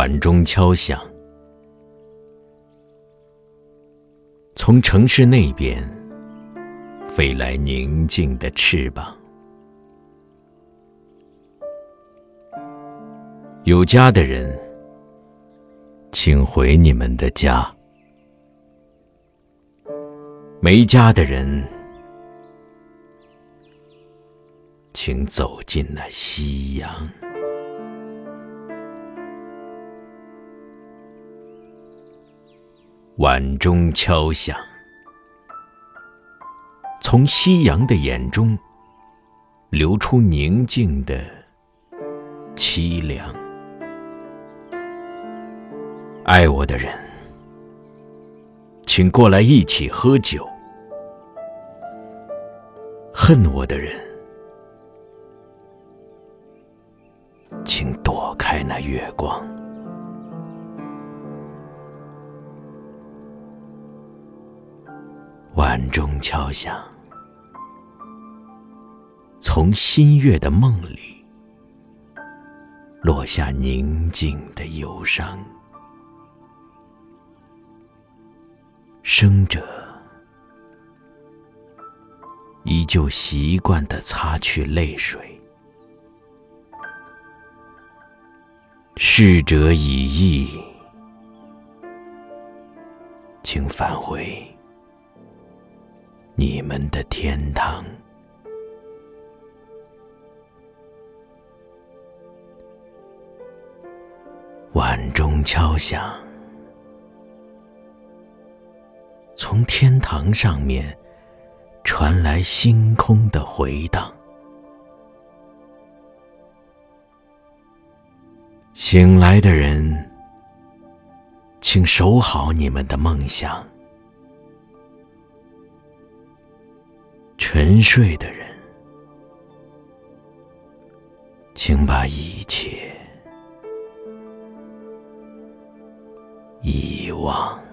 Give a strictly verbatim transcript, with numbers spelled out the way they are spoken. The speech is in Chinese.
晚钟敲响，从城市那边飞来宁静的翅膀。有家的人，请回你们的家；没家的人，请走进那夕阳。晚钟敲响，从夕阳的眼中流出宁静的凄凉。爱我的人，请过来一起喝酒；恨我的人，请躲开那月光。晚钟敲响，从新月的梦里落下宁静的忧伤。生者依旧习惯地擦去泪水，逝者已矣，请返回你们的天堂。晚钟敲响，从天堂上面传来星空的回荡。醒来的人，请守好你们的梦想；沉睡的人，请把一切遗忘。